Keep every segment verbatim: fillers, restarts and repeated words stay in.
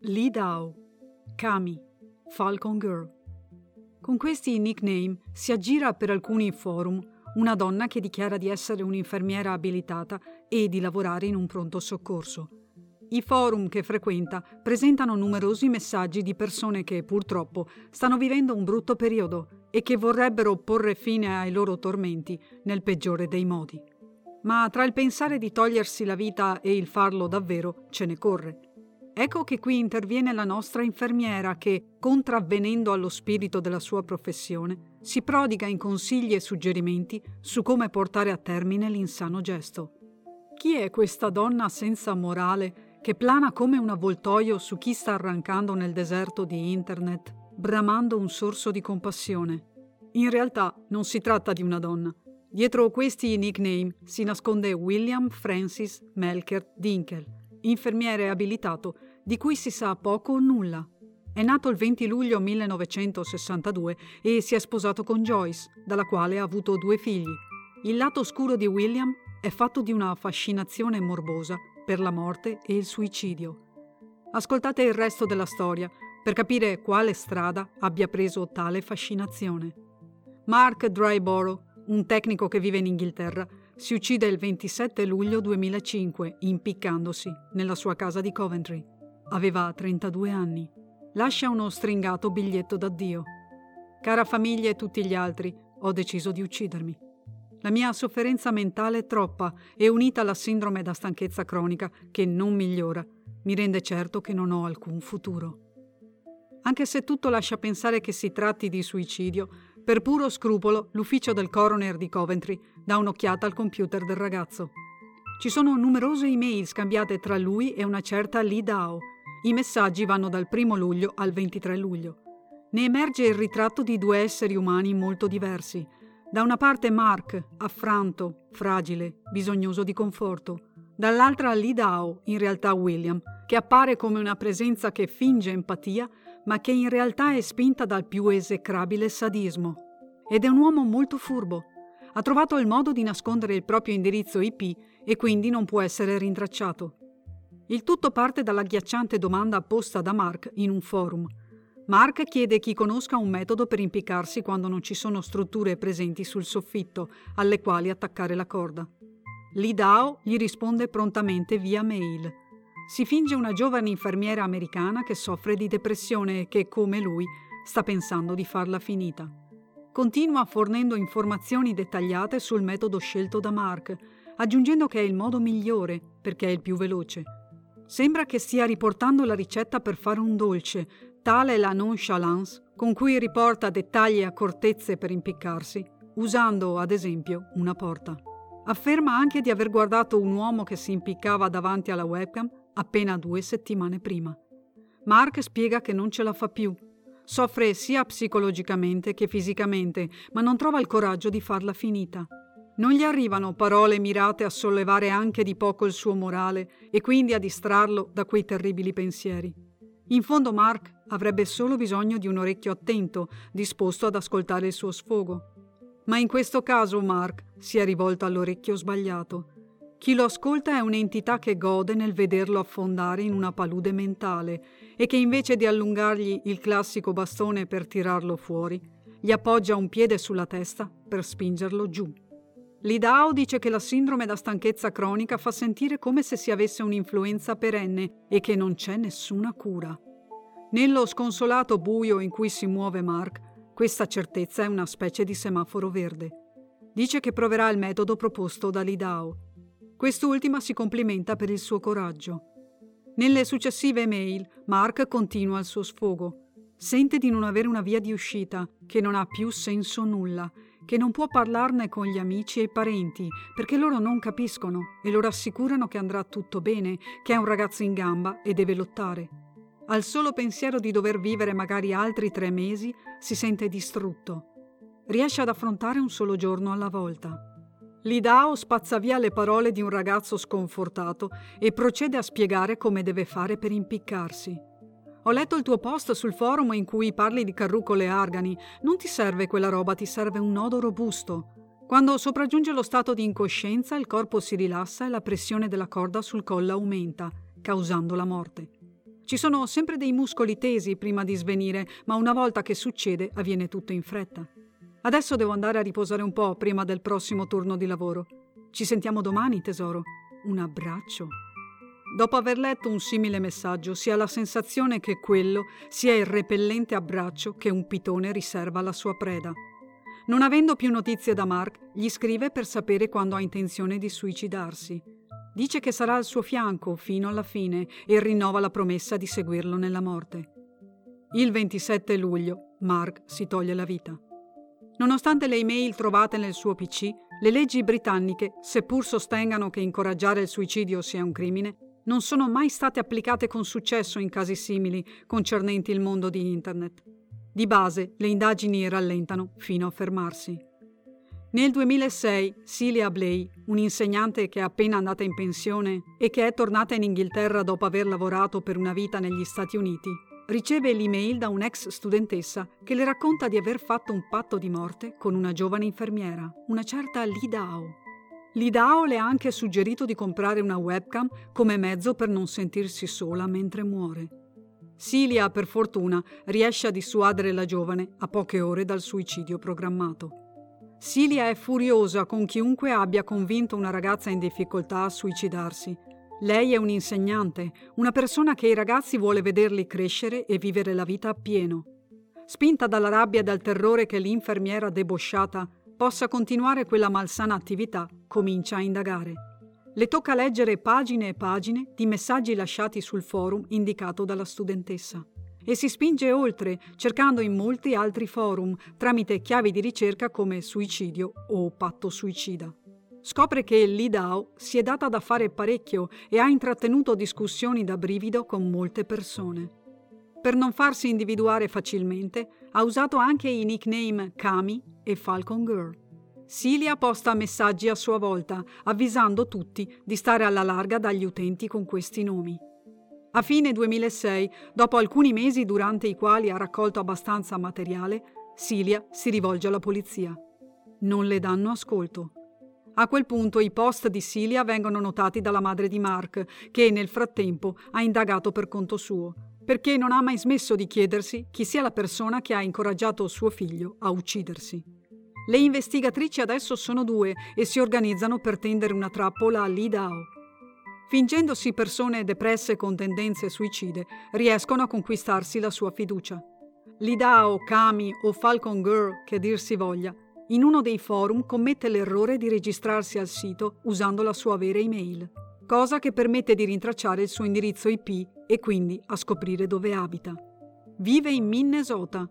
Li Dao, Kami, Falcon Girl. Con questi nickname si aggira per alcuni forum una donna che dichiara di essere un'infermiera abilitata e di lavorare in un pronto soccorso. I forum che frequenta presentano numerosi messaggi di persone che purtroppo stanno vivendo un brutto periodo e che vorrebbero porre fine ai loro tormenti nel peggiore dei modi. Ma tra il pensare di togliersi la vita e il farlo davvero ce ne corre. Ecco che qui interviene la nostra infermiera che, contravvenendo allo spirito della sua professione, si prodiga in consigli e suggerimenti su come portare a termine l'insano gesto. Chi è questa donna senza morale che plana come un avvoltoio su chi sta arrancando nel deserto di internet, bramando un sorso di compassione? In realtà non si tratta di una donna. Dietro questi nickname si nasconde William Francis Melker Dinkel, infermiere abilitato di cui si sa poco o nulla. È nato il venti luglio millenovecentosessantadue e si è sposato con Joyce, dalla quale ha avuto due figli. Il lato oscuro di William è fatto di una fascinazione morbosa per la morte e il suicidio. Ascoltate il resto della storia per capire quale strada abbia preso tale fascinazione. Mark Dryborough, un tecnico che vive in Inghilterra, si uccide il ventisette luglio duemilacinque impiccandosi nella sua casa di Coventry. Aveva trentadue anni. Lascia uno stringato biglietto d'addio. Cara famiglia e tutti gli altri, ho deciso di uccidermi. La mia sofferenza mentale è troppa e unita alla sindrome da stanchezza cronica che non migliora, mi rende certo che non ho alcun futuro. Anche se tutto lascia pensare che si tratti di suicidio, per puro scrupolo l'ufficio del coroner di Coventry dà un'occhiata al computer del ragazzo. Ci sono numerose email scambiate tra lui e una certa Li Dao. I messaggi vanno dal primo luglio al ventitré luglio. Ne emerge il ritratto di due esseri umani molto diversi. Da una parte Mark, affranto, fragile, bisognoso di conforto. Dall'altra Li Dao, in realtà William, che appare come una presenza che finge empatia, ma che in realtà è spinta dal più esecrabile sadismo. Ed è un uomo molto furbo. Ha trovato il modo di nascondere il proprio indirizzo I P e quindi non può essere rintracciato. Il tutto parte dall'agghiacciante domanda posta da Mark in un forum. Mark chiede chi conosca un metodo per impiccarsi quando non ci sono strutture presenti sul soffitto alle quali attaccare la corda. Li Dao gli risponde prontamente via mail. Si finge una giovane infermiera americana che soffre di depressione e che, come lui, sta pensando di farla finita. Continua fornendo informazioni dettagliate sul metodo scelto da Mark, aggiungendo che è il modo migliore perché è il più veloce. Sembra che stia riportando la ricetta per fare un dolce, tale è la nonchalance con cui riporta dettagli e accortezze per impiccarsi, usando, ad esempio, una porta. Afferma anche di aver guardato un uomo che si impiccava davanti alla webcam appena due settimane prima. Mark spiega che non ce la fa più. Soffre sia psicologicamente che fisicamente, ma non trova il coraggio di farla finita. Non gli arrivano parole mirate a sollevare anche di poco il suo morale e quindi a distrarlo da quei terribili pensieri. In fondo Mark avrebbe solo bisogno di un orecchio attento, disposto ad ascoltare il suo sfogo. Ma in questo caso Mark si è rivolto all'orecchio sbagliato. Chi lo ascolta è un'entità che gode nel vederlo affondare in una palude mentale e che invece di allungargli il classico bastone per tirarlo fuori, gli appoggia un piede sulla testa per spingerlo giù. Li Dao dice che la sindrome da stanchezza cronica fa sentire come se si avesse un'influenza perenne e che non c'è nessuna cura. Nello sconsolato buio in cui si muove Mark, questa certezza è una specie di semaforo verde. Dice che proverà il metodo proposto da Li Dao. Quest'ultima si complimenta per il suo coraggio. Nelle successive mail, Mark continua il suo sfogo. Sente di non avere una via di uscita, che non ha più senso nulla, che non può parlarne con gli amici e i parenti, perché loro non capiscono e lo rassicurano che andrà tutto bene, che è un ragazzo in gamba e deve lottare. Al solo pensiero di dover vivere magari altri tre mesi, si sente distrutto. Riesce ad affrontare un solo giorno alla volta. Li Dao spazza via le parole di un ragazzo sconfortato e procede a spiegare come deve fare per impiccarsi. Ho letto il tuo post sul forum in cui parli di carrucole e argani. Non ti serve quella roba, ti serve un nodo robusto. Quando sopraggiunge lo stato di incoscienza, il corpo si rilassa e la pressione della corda sul collo aumenta, causando la morte. Ci sono sempre dei muscoli tesi prima di svenire, ma una volta che succede avviene tutto in fretta. Adesso devo andare a riposare un po' prima del prossimo turno di lavoro. Ci sentiamo domani, tesoro. Un abbraccio. Dopo aver letto un simile messaggio, si ha la sensazione che quello sia il repellente abbraccio che un pitone riserva alla sua preda. Non avendo più notizie da Mark, gli scrive per sapere quando ha intenzione di suicidarsi. Dice che sarà al suo fianco fino alla fine e rinnova la promessa di seguirlo nella morte. Il ventisette luglio, Mark si toglie la vita. Nonostante le email trovate nel suo P C, le leggi britanniche, seppur sostengano che incoraggiare il suicidio sia un crimine, non sono mai state applicate con successo in casi simili concernenti il mondo di Internet. Di base, le indagini rallentano fino a fermarsi. Nel duemilasei, Celia Bley, un'insegnante che è appena andata in pensione e che è tornata in Inghilterra dopo aver lavorato per una vita negli Stati Uniti, riceve l'email da un'ex studentessa che le racconta di aver fatto un patto di morte con una giovane infermiera, una certa Lee Dao. Lee Dao le ha anche suggerito di comprare una webcam come mezzo per non sentirsi sola mentre muore. Celia, per fortuna, riesce a dissuadere la giovane a poche ore dal suicidio programmato. Celia è furiosa con chiunque abbia convinto una ragazza in difficoltà a suicidarsi. Lei è un'insegnante, una persona che i ragazzi vuole vederli crescere e vivere la vita appieno. Spinta dalla rabbia e dal terrore che l'infermiera debosciata possa continuare quella malsana attività, comincia a indagare. Le tocca leggere pagine e pagine di messaggi lasciati sul forum indicato dalla studentessa. E si spinge oltre, cercando in molti altri forum, tramite chiavi di ricerca come suicidio o patto suicida. Scopre che Lee Dao si è data da fare parecchio e ha intrattenuto discussioni da brivido con molte persone. Per non farsi individuare facilmente, ha usato anche i nickname Kami e Falcon Girl. Celia posta messaggi a sua volta, avvisando tutti di stare alla larga dagli utenti con questi nomi. A fine duemilasei, dopo alcuni mesi durante i quali ha raccolto abbastanza materiale, Celia si rivolge alla polizia. Non le danno ascolto. A quel punto i post di Celia vengono notati dalla madre di Mark, che nel frattempo ha indagato per conto suo, perché non ha mai smesso di chiedersi chi sia la persona che ha incoraggiato suo figlio a uccidersi. Le investigatrici adesso sono due e si organizzano per tendere una trappola a Lee Dao. Fingendosi persone depresse con tendenze suicide, riescono a conquistarsi la sua fiducia. Lee Dao, Kami o Falcon Girl, che dir si voglia, in uno dei forum commette l'errore di registrarsi al sito usando la sua vera email, cosa che permette di rintracciare il suo indirizzo I P e quindi a scoprire dove abita. Vive in Minnesota.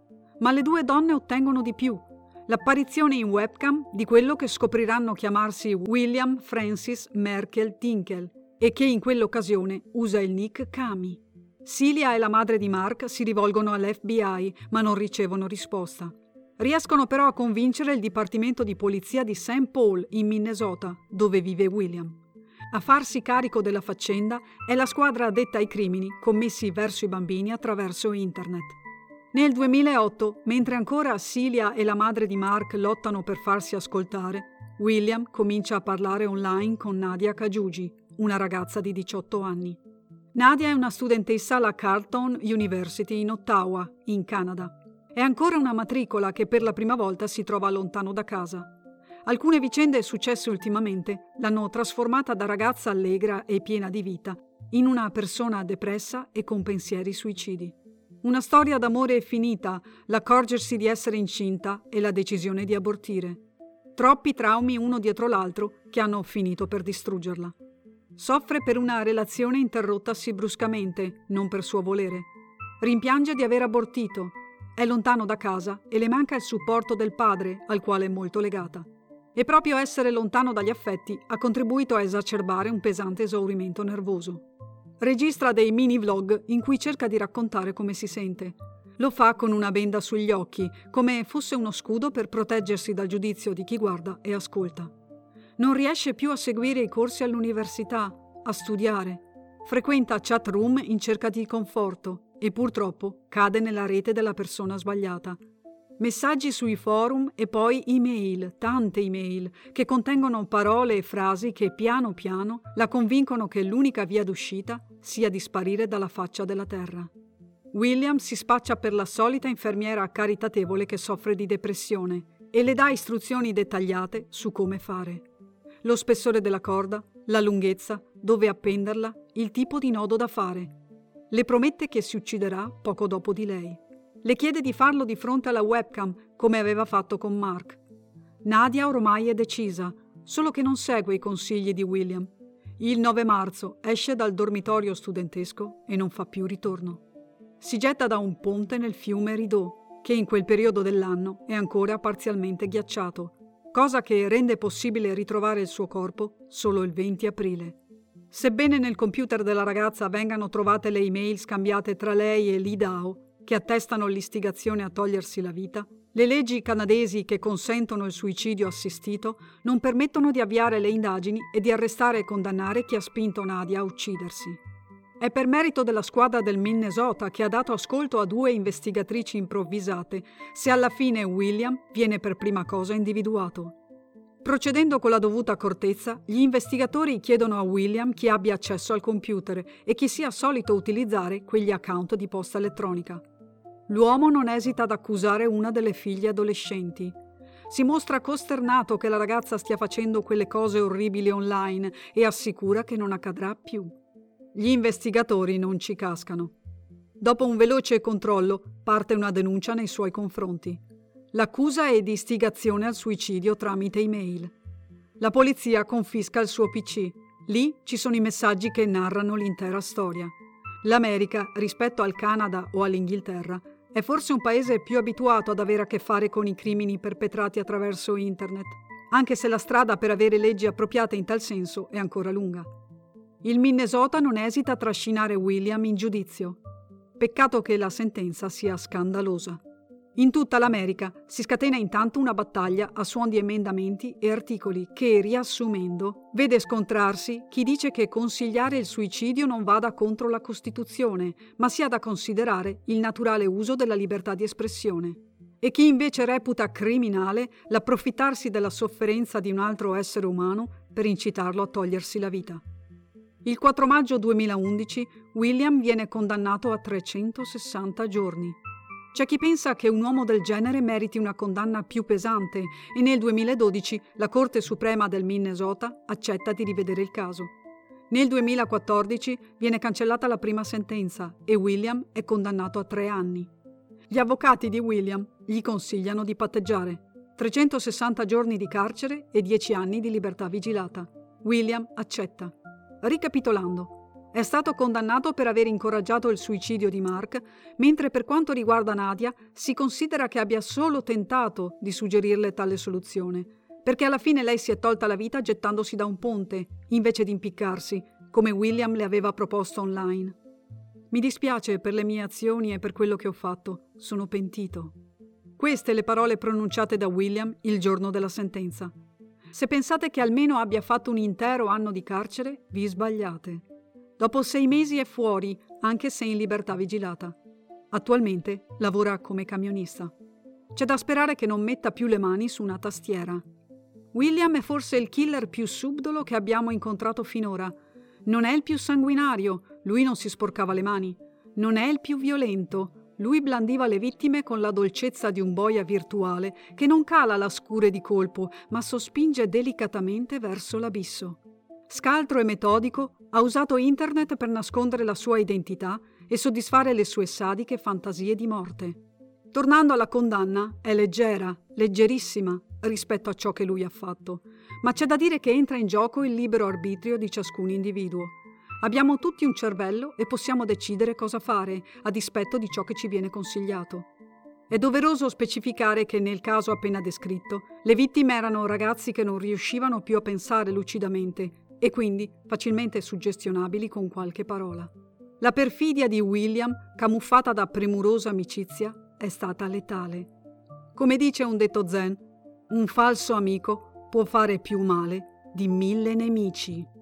Ma le due donne ottengono di più: l'apparizione in webcam di quello che scopriranno chiamarsi William Francis Merkel Dinkel e che in quell'occasione usa il nick Kami. Celia e la madre di Mark si rivolgono all'F B I ma non ricevono risposta. Riescono però a convincere il Dipartimento di Polizia di Saint Paul in Minnesota, dove vive William. A farsi carico della faccenda è la squadra addetta ai crimini commessi verso i bambini attraverso internet. Nel duemilaotto, mentre ancora Celia e la madre di Mark lottano per farsi ascoltare, William comincia a parlare online con Nadia Kajuji, una ragazza di diciotto anni. Nadia è una studentessa alla Carleton University in Ottawa, in Canada. È ancora una matricola che per la prima volta si trova lontano da casa. Alcune vicende successe ultimamente l'hanno trasformata da ragazza allegra e piena di vita in una persona depressa e con pensieri suicidi. Una storia d'amore finita, l'accorgersi di essere incinta e la decisione di abortire. Troppi traumi uno dietro l'altro che hanno finito per distruggerla. Soffre per una relazione interrottasi bruscamente, non per suo volere. Rimpiange di aver abortito. È lontano da casa e le manca il supporto del padre, al quale è molto legata. E proprio essere lontano dagli affetti ha contribuito a esacerbare un pesante esaurimento nervoso. Registra dei mini vlog in cui cerca di raccontare come si sente. Lo fa con una benda sugli occhi, come fosse uno scudo per proteggersi dal giudizio di chi guarda e ascolta. Non riesce più a seguire i corsi all'università, a studiare. Frequenta chat room in cerca di conforto e purtroppo cade nella rete della persona sbagliata. Messaggi sui forum e poi email, tante email, che contengono parole e frasi che piano piano la convincono che l'unica via d'uscita sia di sparire dalla faccia della terra. William si spaccia per la solita infermiera caritatevole che soffre di depressione e le dà istruzioni dettagliate su come fare. Lo spessore della corda, la lunghezza, dove appenderla, il tipo di nodo da fare. Le promette che si ucciderà poco dopo di lei. Le chiede di farlo di fronte alla webcam, come aveva fatto con Mark. Nadia ormai è decisa, solo che non segue i consigli di William. Il nove marzo esce dal dormitorio studentesco e non fa più ritorno. Si getta da un ponte nel fiume Rideau, che in quel periodo dell'anno è ancora parzialmente ghiacciato, cosa che rende possibile ritrovare il suo corpo solo il venti aprile. Sebbene nel computer della ragazza vengano trovate le email scambiate tra lei e Lee Dao, che attestano l'istigazione a togliersi la vita, le leggi canadesi che consentono il suicidio assistito non permettono di avviare le indagini e di arrestare e condannare chi ha spinto Nadia a uccidersi. È per merito della squadra del Minnesota, che ha dato ascolto a due investigatrici improvvisate, se alla fine William viene per prima cosa individuato. Procedendo con la dovuta accortezza, gli investigatori chiedono a William chi abbia accesso al computer e chi sia solito utilizzare quegli account di posta elettronica. L'uomo non esita ad accusare una delle figlie adolescenti. Si mostra costernato che la ragazza stia facendo quelle cose orribili online e assicura che non accadrà più. Gli investigatori non ci cascano. Dopo un veloce controllo, parte una denuncia nei suoi confronti. L'accusa è di istigazione al suicidio tramite email. La polizia confisca il suo P C. Lì ci sono i messaggi che narrano l'intera storia. L'America, rispetto al Canada o all'Inghilterra, è forse un paese più abituato ad avere a che fare con i crimini perpetrati attraverso internet, anche se la strada per avere leggi appropriate in tal senso è ancora lunga. Il Minnesota non esita a trascinare William in giudizio. Peccato che la sentenza sia scandalosa. In tutta l'America si scatena intanto una battaglia a suon di emendamenti e articoli che, riassumendo, vede scontrarsi chi dice che consigliare il suicidio non vada contro la Costituzione, ma sia da considerare il naturale uso della libertà di espressione, e chi invece reputa criminale l'approfittarsi della sofferenza di un altro essere umano per incitarlo a togliersi la vita. Il quattro maggio duemilaundici William viene condannato a trecentosessanta giorni. C'è chi pensa che un uomo del genere meriti una condanna più pesante e nel duemiladodici la Corte Suprema del Minnesota accetta di rivedere il caso. Nel duemilaquattordici viene cancellata la prima sentenza e William è condannato a tre anni. Gli avvocati di William gli consigliano di patteggiare: trecentosessanta giorni di carcere e dieci anni di libertà vigilata. William accetta. Ricapitolando, è stato condannato per aver incoraggiato il suicidio di Mark, mentre per quanto riguarda Nadia si considera che abbia solo tentato di suggerirle tale soluzione, perché alla fine lei si è tolta la vita gettandosi da un ponte, invece di impiccarsi, come William le aveva proposto online. Mi dispiace per le mie azioni e per quello che ho fatto, sono pentito. Queste le parole pronunciate da William il giorno della sentenza. Se pensate che almeno abbia fatto un intero anno di carcere, vi sbagliate. Dopo sei mesi è fuori, anche se in libertà vigilata. Attualmente lavora come camionista. C'è da sperare che non metta più le mani su una tastiera. William è forse il killer più subdolo che abbiamo incontrato finora. Non è il più sanguinario, lui non si sporcava le mani. Non è il più violento, lui blandiva le vittime con la dolcezza di un boia virtuale che non cala la scure di colpo, ma sospinge delicatamente verso l'abisso. Scaltro e metodico, ha usato internet per nascondere la sua identità e soddisfare le sue sadiche fantasie di morte. Tornando alla condanna, è leggera, leggerissima rispetto a ciò che lui ha fatto, ma c'è da dire che entra in gioco il libero arbitrio di ciascun individuo. Abbiamo tutti un cervello e possiamo decidere cosa fare, a dispetto di ciò che ci viene consigliato. È doveroso specificare che nel caso appena descritto, le vittime erano ragazzi che non riuscivano più a pensare lucidamente e quindi facilmente suggestionabili con qualche parola. La perfidia di William, camuffata da premurosa amicizia, è stata letale. Come dice un detto zen, un falso amico può fare più male di mille nemici.